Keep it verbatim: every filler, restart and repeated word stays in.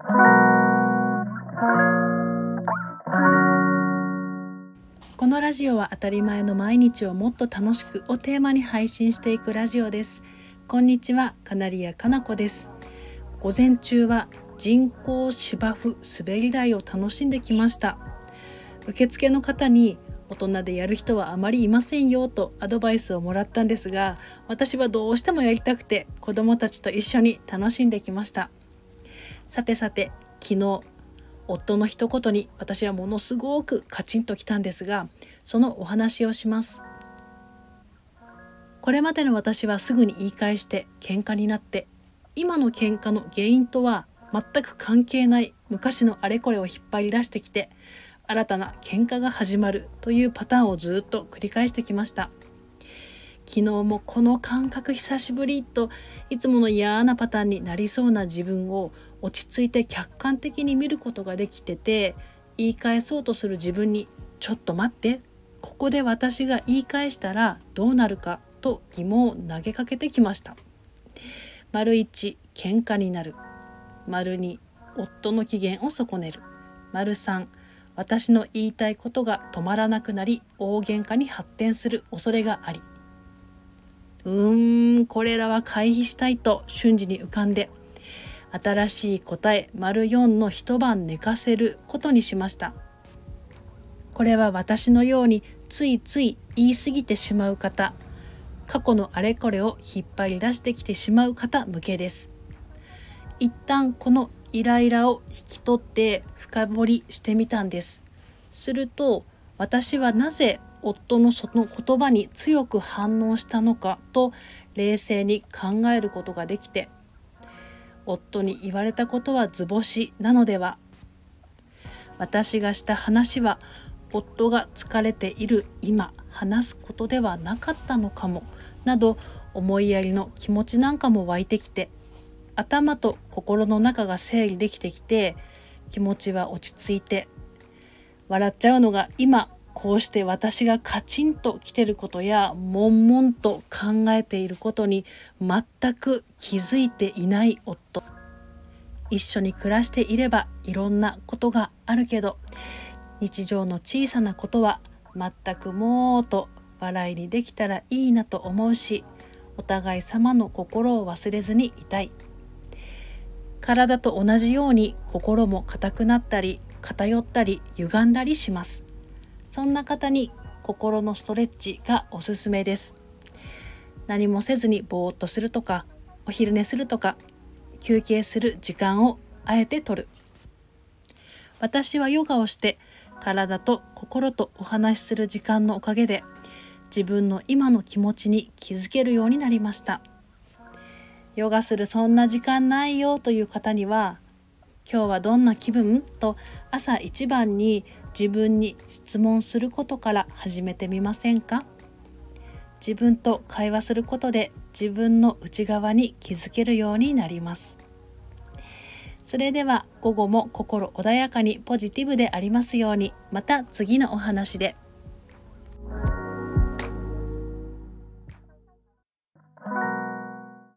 このラジオは当たり前の毎日をもっと楽しくをテーマに配信していくラジオです。こんにちは、カナリアかなこです。午前中は人工芝生滑り台を楽しんできました。受付の方に大人でやる人はあまりいませんよとアドバイスをもらったんですが、私はどうしてもやりたくて子どもたちと一緒に楽しんできました。さてさて、昨日夫の一言に私はものすごくカチンときたんですが、そのお話をします。これまでの私はすぐに言い返して喧嘩になって、今の喧嘩の原因とは全く関係ない昔のあれこれを引っ張り出してきて、新たな喧嘩が始まるというパターンをずっと繰り返してきました。昨日もこの感覚久しぶりと、いつもの嫌なパターンになりそうな自分を落ち着いて客観的に見ることができてて、言い返そうとする自分にちょっと待って、ここで私が言い返したらどうなるかと疑問を投げかけてきました。丸一、喧嘩になる。丸二、夫の機嫌を損ねる。丸三、私の言いたいことが止まらなくなり大喧嘩に発展する恐れがあり。うーんこれらは回避したいと瞬時に浮かんで、新しい答え丸よんの一晩寝かせることにしました。これは私のようについつい言い過ぎてしまう方、過去のあれこれを引っ張り出してきてしまう方向けです。一旦このイライラを引き取って深掘りしてみたんです。すると、私はなぜ夫のその言葉に強く反応したのかと冷静に考えることができて、夫に言われたことは図星なのでは、私がした話は夫が疲れている今話すことではなかったのかもなど、思いやりの気持ちなんかも湧いてきて、頭と心の中が整理できてきて、気持ちは落ち着いて、笑っちゃうのが今こうして私がカチンときてることや悶々と考えていることに全く気づいていない夫。一緒に暮らしていればいろんなことがあるけど、日常の小さなことは全くもうと笑いにできたらいいなと思うし、お互い様の心を忘れずにいたい。体と同じように心も硬くなったり偏ったり歪んだりします。そんな方に心のストレッチがおすすめです。何もせずにぼーっとするとか、お昼寝するとか、休憩する時間をあえて取る。私はヨガをして体と心とお話しする時間のおかげで、自分の今の気持ちに気づけるようになりました。ヨガするそんな時間ないよという方には、今日はどんな気分と朝一番に自分に質問することから始めてみませんか？自分と会話することで自分の内側に気づけるようになります。それでは午後も心穏やかにポジティブでありますように。また次のお話で。